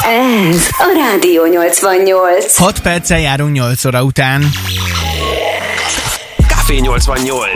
Ez a Rádió 88. 6 perccel járunk 8 óra után. Café 88.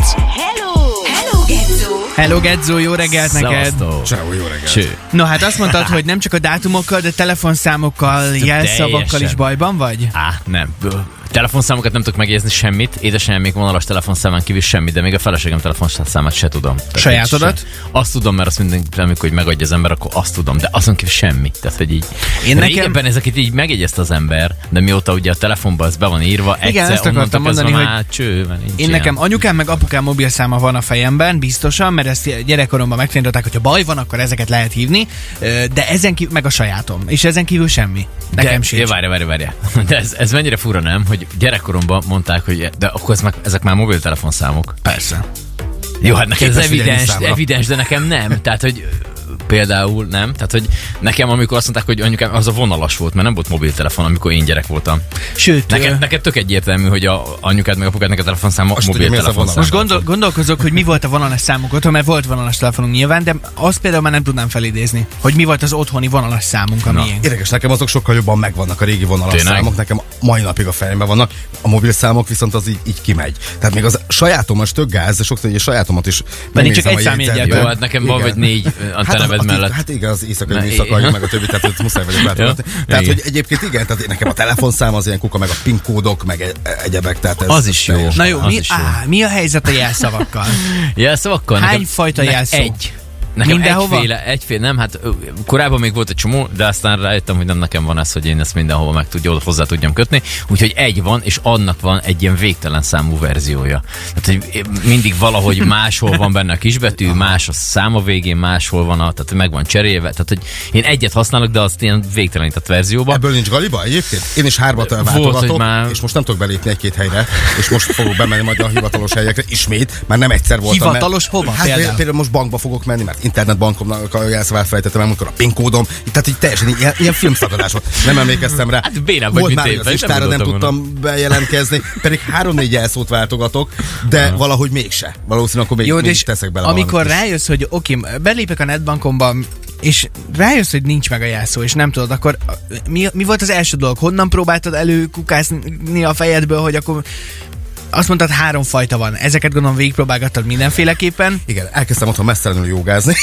Hello, Gezzó! Hello, Gezzó, jó reggelt neked! Ciao, jó reggelt! No, hát azt mondtad, hogy nem csak a dátumokkal, de telefonszámokkal, jelszavakkal is bajban vagy? Nem. Telefonszámokat nem tudok megjegyezni semmit, édesanyám még vonalas telefonszámán kívül semmit, de még a feleségem telefonszámát se tudom. Sajátodat? Azt tudom, mert azt amikor hogy megadja az ember, akkor azt tudom, de azon kívül semmit. Tehát, hogy így régebben ezeket így megjegyezte az ember, de mióta ugye a telefonban ez be van írva, igen, egyszer akartam mondani, hogy csőben én nekem anyukám meg apukám mobilszáma van a fejemben, biztosan, mert ezt gyerekkoromban megtanították, hogyha baj van, akkor ezeket lehet hívni, de ezen kívül meg a sajátom, és ezen kívül semmi. Nekem sincs. Várj. De ez mennyire fura, nem? Hogy gyerekkoromban mondták, hogy de akkor ezek már mobiltelefonszámok. Persze. Jó, hát nekem ez evidens, de nekem nem. Tehát, hogy például nem. Tehát, hogy nekem amikor azt mondták, hogy anyukám, az a vonalas volt, mert nem volt mobiltelefon, amikor én gyerek voltam. Sőt, neked tök egyértelmű, hogy a anyukád meg apukádnak a telefonszáma mobiltelefon. Most gondolkozok, hogy mi volt a vonalas számunk otthon, mert volt vonalas telefonunk nyilván, de azt például már nem tudnám felidézni, hogy mi volt az otthoni vonalas számunk, a miénk. Érdekes, nekem azok sokkal jobban megvannak a régi vonalas számok, nekem mai napig a fejemben vannak, a mobil számok viszont az így kimegy. Tehát még az sajátom az tök gáz, de sokszor egy sajátomat is csak egy számjegyet. Jó, hát nekem van vagy 4 anteneved mellett. Hát igen, az éjszakai műszak, meg a többi, tehát ezt muszáj vagyok váltogatni. Tehát, hogy egyébként igen, tehát nekem a telefonszám az ilyen kuka, meg a PIN kódok, meg egyebek, tehát ez az is jó. Na jó, mi a helyzet a jelszavakkal? Jelszavakkal? Hány fajta jelszó? Nekem mindenhova? egyféle, nem, hát korábban még volt egy csomó, de aztán rájöttem, hogy nem nekem van ez, hogy én ezt mindenhova hozzá tudjam kötni. Úgyhogy egy van, és annak van egy ilyen végtelen számú verziója. Tehát, hogy mindig valahogy máshol van benne a kisbetű, más a szám a végén, máshol van tehát meg van cserélve. Tehát, hogy én egyet használok, de azt ilyen végtelenített verzióban. Ebből nincs galiba egyébként? Én is 3-at váltogatok, és most nem tudok belépni egy-két helyre, és most fogok bemenni majd a hivatalos helyekre ismét, már nem egyszer voltam. Hivatalos hova? Hát például most bankba fogok menni, mert internetbankomnak a jelszavát felejtettem el, amikor a PIN kódom, tehát így teljesen ilyen filmszakadás volt. Nem emlékeztem rá. Hát bénám volt már, hogy az listára nem tudtam bejelentkezni, pedig 3-4 jelszót váltogatok, de valahogy mégse. Valószínűleg akkor még teszek bele. Amikor rájössz, hogy oké, belépek a netbankomba, és rájössz, hogy nincs meg a jelszó, és nem tudod, akkor mi volt az első dolog? Honnan próbáltad előkukászni a fejedből, hogy akkor azt mondtad, 3 fajta van. Ezeket gondolom végigpróbálgattad mindenféleképpen. Igen, elkezdtem otthon mesztelenül jogázni.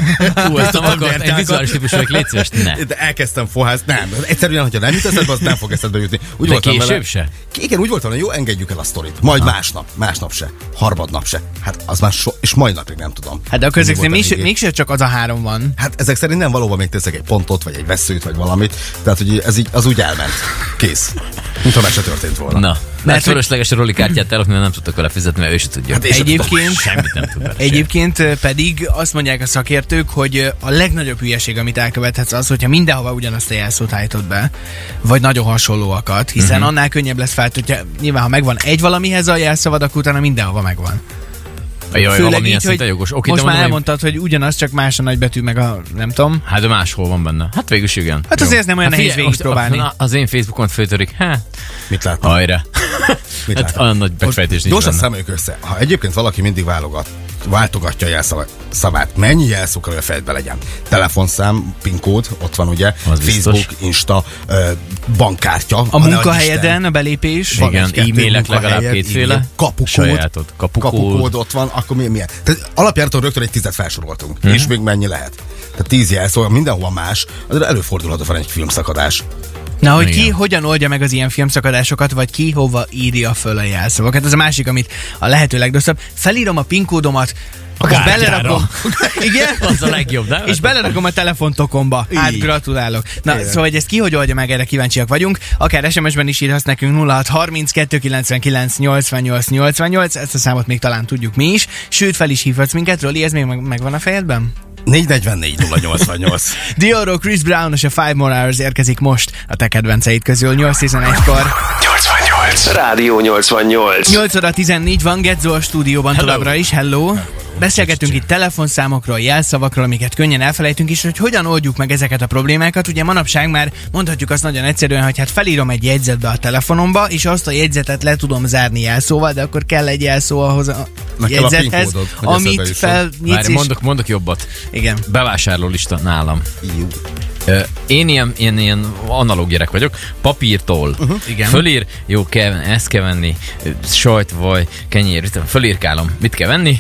Ezt nem akart, egy vizuális típus vagyok, légy szíves, ne. De elkezdtem foházni. Nem, egyszerűen, hogyha nem jut eszedbe, az nem fog eszedbe jutni. Úgy de később vele, se? Igen, úgy voltam, hogy jó, engedjük el a sztorit. Majd másnap se. Harmadnap se. Hát az már és mai napig nem tudom. Hát de akkor ezek szerint mégsem csak az a 3 van. Hát ezek szerint nem, valóban még teszek egy pontot, vagy egy veszőt, vagy valamit. Tehát, hogy ez így, az úgy elment. Kész. Mintha meg se történt volna. Na. Mert fölösleges a Roli kártyát elokni, mert nem tudtak vele fizetni, mert ő se tudja. Hát egyébként, semmit nem tud. Egyébként pedig azt mondják a szakértők, hogy a legnagyobb hülyeség, amit elkövethetsz az, hogyha mindenhova ugyanazt a jelszót állítod be, vagy nagyon hasonlóakat, hiszen annál könnyebb lesz hogyha nyilván, ha megvan egy valamihez a jelszavad, akkor utána mindenhova megvan. Főleg így, hogy jogos. Most már elmondtad, hogy ugyanaz, csak más a nagybetű, meg a nem tudom. Hát de máshol van benne. Hát végülis igen. Hát azért ez nem olyan nehéz végigpróbálni. Az én Facebookon föltörik. Mit láttam? Hajrá. Hát olyan nagy megfejtés nincs. Gyorsan számoljuk össze. Ha egyébként valaki mindig váltogatja a jelszavát, mennyi jelszó kell, hogy a fejedbe legyen? Telefonszám, PIN kód, ott van ugye, az Facebook, biztos. Insta, bankkártya. A munkahelyeden a belépés. Igen, e-mailek legalább 2 kapukód ott van, akkor milyen? Tehát alapjáraton rögtön egy 10 felsoroltunk. És még mennyi lehet? Tehát 10 jelszó, mindenhol más, de előfordulhat van egy filmszakadás. Na, hogy ki hogyan oldja meg az ilyen filmszakadásokat, vagy ki hova írja föl a jelszavakat. Ez a másik, amit a lehető legrosszabb. Felírom a PIN kódomat, belerakom. Igen? Az a legjobb, de? És belerakom a telefontokomba. Hát gratulálok. Na, igen. Szóval, hogy ezt ki hogy oldja meg, erre kíváncsiak vagyunk. Akár SMS-ben is írhatsz nekünk 0630 299 88 88, ezt a számot még talán tudjuk mi is. Sőt, fel is hívhatsz minket, Roli, ez még megvan a fejedben? 444 088. Diorro, Chris Brown és a 5 More Hours érkezik most a te kedvenceid közül 8:11-kor. 88. Rádió 88. 8 óra 14 van, Gezzó a stúdióban továbbra is. Hello. Beszélgetünk itt telefonszámokról, jelszavakról, amiket könnyen elfelejtünk is, hogy hogyan oldjuk meg ezeket a problémákat. Ugye manapság már mondhatjuk azt nagyon egyszerűen, hogy hát felírom egy jegyzetbe a telefonomba, és azt a jegyzetet le tudom zárni jelszóval, de akkor kell egy jelszó ahhoz a jegyzethez, amit felnyitsz. Mondok jobbat. Igen. Bevásárlólista nálam. Jó. Én ilyen analóg gyerek vagyok, papírtól. Igen. Fölír, jó, ezt kell venni, sajt, vaj, kenyér, fölírkálom. Mit kell venni?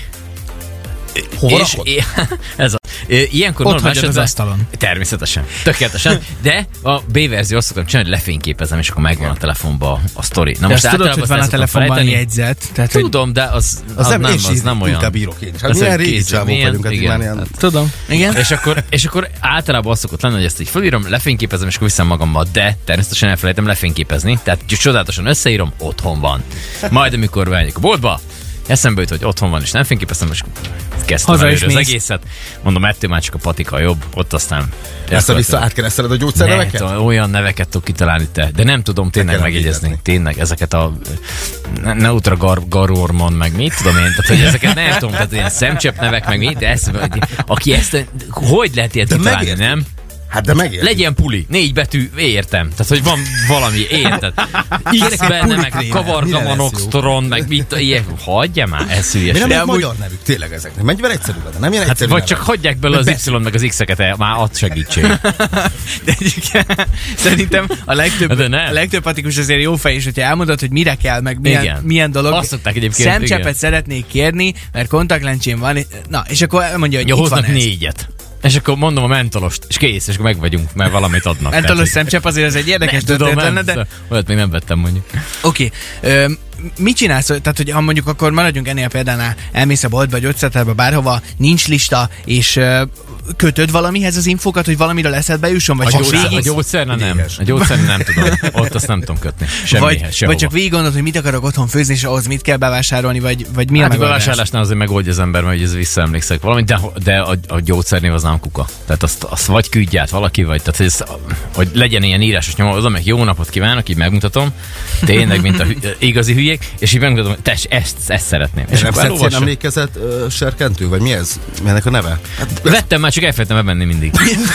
Hova És ez a, ilyenkor Ott normál hagyod az esetben- asztalon. Természetesen. Tökéletesen. De a B verzió azt szoktam csinálni, hogy lefényképezem, és akkor megvan a telefonban a sztori. Na De azt tudod, hogy általában van a ezt el szoktam telefonban felejteni. jegyzet. Tehát, hogy Tudom, de az nem olyan. bírok én is. Hát Az, milyen hogy régi kézzel, csávók milyen- vagyunk, hát igen. már ilyen... tudom. Igen? És akkor általában az szokott lenni, hogy ezt így fölírom, lefényképezem, és akkor viszem magammal, de természetesen elfelejtem lefényképezni, tehát csodálatosan összeírom, otthon van. Majd amikor bemegyek a boltba, eszembe jut, hogy otthon van, és nem fényképeztem, és kezdtem Haza is előre az mész. egészet. Mondom, ettől már csak a patika jobb, ott aztán... Össze-vissza átkereszteled a gyógyszerneveket? Olyan neveket tudok kitalálni te, de nem tudom tényleg kell megjegyezni. említetni. Tényleg ezeket a Neutra Garormon, meg mit tudom én, tehát hogy ezeket nem tudom, tehát ilyen szemcsepp nevek, meg mit, aki ezt, hogy lehet ilyet De kitalálni, megérti. nem? Hát de megérti. Legyen puli, 4 betű, értem. Tehát, hogy van valami, érted? X benne, meg Mire kavargamanok, lesz jó? stron, meg mit, ilyen, hagyja már, ez Mi hülyeség. nem De egy amúgy- magyar nevük tényleg ezeknek? Mennyivel egyszerű lenne? Nem ilyen Hát egyszerű vagy nevek? csak hagyják bele az Y meg az X-eket, már ad segítség. De egyébként szerintem a De nem. legtöbb patikus azért jó fej, és hogyha elmondod, hogy mire kell, meg Igen. milyen dolog. Azt szokták egyébként, Szemcsepet igen. szeretnék kérni, mert kontaktlencsém van. Na, és akkor mondja, hogy Jó, itt van hoznak ez. 4-et. És akkor mondom a mentolost, és kész, és akkor meg vagyunk, mert valamit adnak. Mentolos Tehát, szemcsepp azért ez egy érdekes nem tudom, történet nem, lenne, de olyat még nem vettem mondjuk. oké. Mit csinálsz? Tehát, hogy ha mondjuk akkor maradjunk ennél a példánál, elmész a boltba, gyógyszertárba, bárhova, nincs lista, és kötöd valamihez az infókat, hogy valamiről eszedbe jusson, vagy A gyógyszerne nem. Ideges. A gyógyszerne nem tudom. Ott azt nem tudom kötni. Semmihez, vagy csak végig gondolod, hogy mit akarok otthon főzni, és ahhoz mit kell bevásárolni, vagy mi a Hát a megoldás? bevásárlásnál azért megoldja az ember, mert ez visszaemlékszek valamit, de a gyógyszernél az nem kuka. Tehát azt vagy küldj át valaki, vagy tehát, hogy legyen ilyen írásos nyoma, oda meg jó napot kívánok, így megmutatom, tényleg, mint a igazi hülyék, és így megmutatom, hogy ezt szeretném. És nem akkor szedsz ilyen elolvasom. emlékezet serkentő? Vagy mi ez? Mi ennek a neve? Hát, Vettem már, csak elfelejtem bevenni mindig.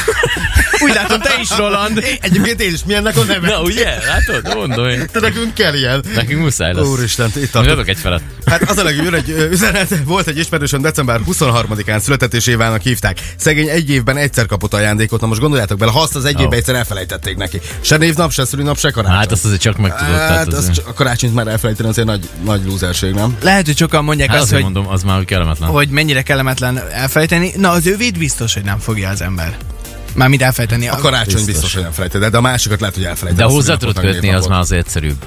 Úgy látom, te is, Roland. egyébként én is, mi ennek a neve? Na ugye, látod? Mondom én. Te nekünk kell ilyen. Nekünk muszáj lesz. Úristen, itt Most tartok. adok egy felet. Hát az a legjobb, jön egy üzenet, volt egy ismerősöm december 23-án született, és évának hívták. Szegény egy évben egyszer kapott ajándékot, na most gondoljátok bele, ha azt az egy évben egyszer elfelejtették neki. Se névnap, se szülinap, se karácsony. Hát azt azért csak megtudod. Hát, Tehát az a karácsonyt már elfelejteni azért nagy lúzerség, nem? Lehet, hogy sokan mondják hát azt, azért hogy, mondom, az már kellemetlen. hogy mennyire kellemetlen elfelejteni. Na, az ővét biztos, hogy nem fogja az ember. Mármint elfelejteni. A karácsony biztos, hogy nem felejted, de a másikat lehet, hogy elfelejted. De A hozzá szülinapot, tudod meg kötni, az névnapot. már az egyszerűbb.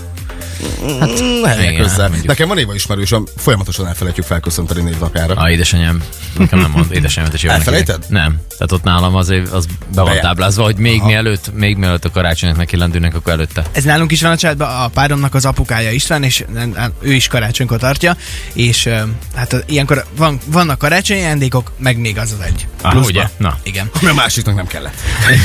Helyek Igen, közel. mondjuk. Nekem van éva ismerősöm, folyamatosan elfelejtjük felköszönteni névnapjára. Édesanyám, nekem nem mond, édesanyámat is jól Elfelejted? neki. Nem. Tehát ott nálam azért az be van Bejár. táblázva, hogy még mielőtt a karácsonynak neki lendülnek, akkor előtte. Ez nálunk is van a családban, a páromnak az apukája István, és ő is karácsonykor tartja, és hát ilyenkor vannak karácsonyi ajándékok, meg még az egy. Pluszba. Ugye? Na. Igen. Ami a másiknak nem kellett.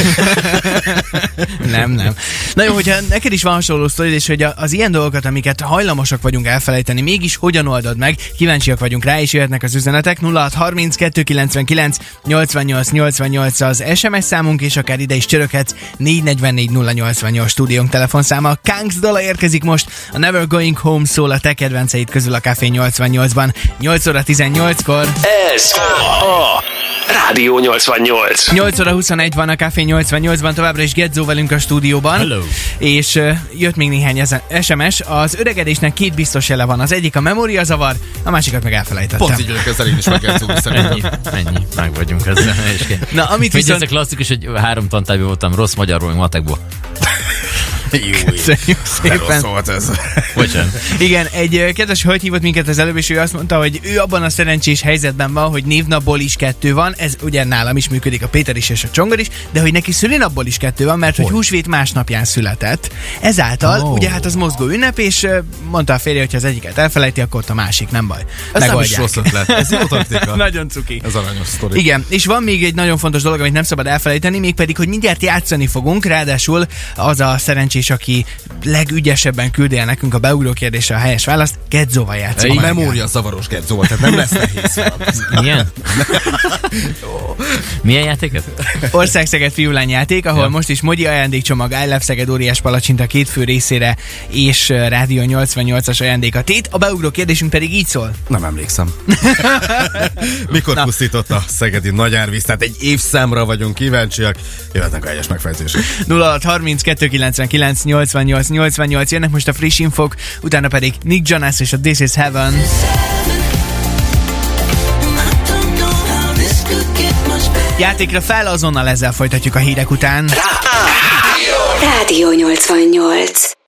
Nem. Na jó, hogyha neked is van hasonló sztorid, és hogy az ilyen dolgokat, amiket hajlamosak vagyunk elfelejteni, mégis hogyan oldod meg, kíváncsiak vagyunk rá, és jöhetnek az üzenetek. 0630 299 88 88 az SMS számunk, és akár ide is csöröghetsz 444 088 stúdiónk telefonszáma. Kanks dala érkezik most, a Never Going Home szól a te kedvenceid közül a Café 88-ban. 8 óra 18-kor. Ez a Rádió 88. 8 óra 21 van a Café 88-ban, továbbra is Gedzó velünk a stúdióban. Hello. És jött még néhány SMS. Az öregedésnek 2 biztos jele van. Az egyik a memóriazavar, a másikat meg elfelejtettem. Pont így vagyok ezzel én is meg kell szólni szerintem. Ennyi. Meg vagyunk ezzel. Na, amit Viszont... Ez viszont... a klasszikus, hogy 3 tantárgyban voltam rossz magyarból, meg matekból. Köszönjük De rossz szépen. volt ez. Bocsánat. Igen, egy kedves hölgy hívott minket az előbb, és ő azt mondta, hogy ő abban a szerencsés helyzetben van, hogy névnapból is 2 van, ez ugye nálam is működik, a Péter is és a Csongor is, de hogy neki szülinapból is 2 van, mert hogy húsvét másnapján született. Ezáltal, ugye hát az mozgó ünnep, és mondta a férje, hogy ha az egyiket elfelejti, akkor ott a másik, nem baj. Ez nem is Megoldják. rossz ötlet. Ez jó taktika. Nagyon cuki. Ez aranyos sztori. Igen, és van még egy nagyon fontos dolog, amit nem szabad elfelejteni, mégpedig, hogy mindjárt játszani fogunk, ráadásul az a szerencsés és aki legügyesebben küldi el nekünk a beugró kérdésre a helyes választ, Gedzóval játszik. A memória zavaros Gedzóval, tehát nem lesz nehéz. Milyen? Milyen játéket? Országszeged fiúlány játék, ahol most is Mogyi ajándékcsomag, I Love Szeged óriás palacsinta 2 fő részére és Rádió 88-as ajándékatét. A beugró kérdésünk pedig így szól. Nem emlékszem. Mikor pusztított a szegedi nagyárvíz? Tehát egy évszámra vagyunk kíváncsiak. Jöhetnek a helyes megfejtések. 0632 99 88 88 jönnek most a friss infok, utána pedig Nick Jonas és a This Is Heaven. Játékra fel, azonnal ezzel folytatjuk a hírek után. Rádió 88.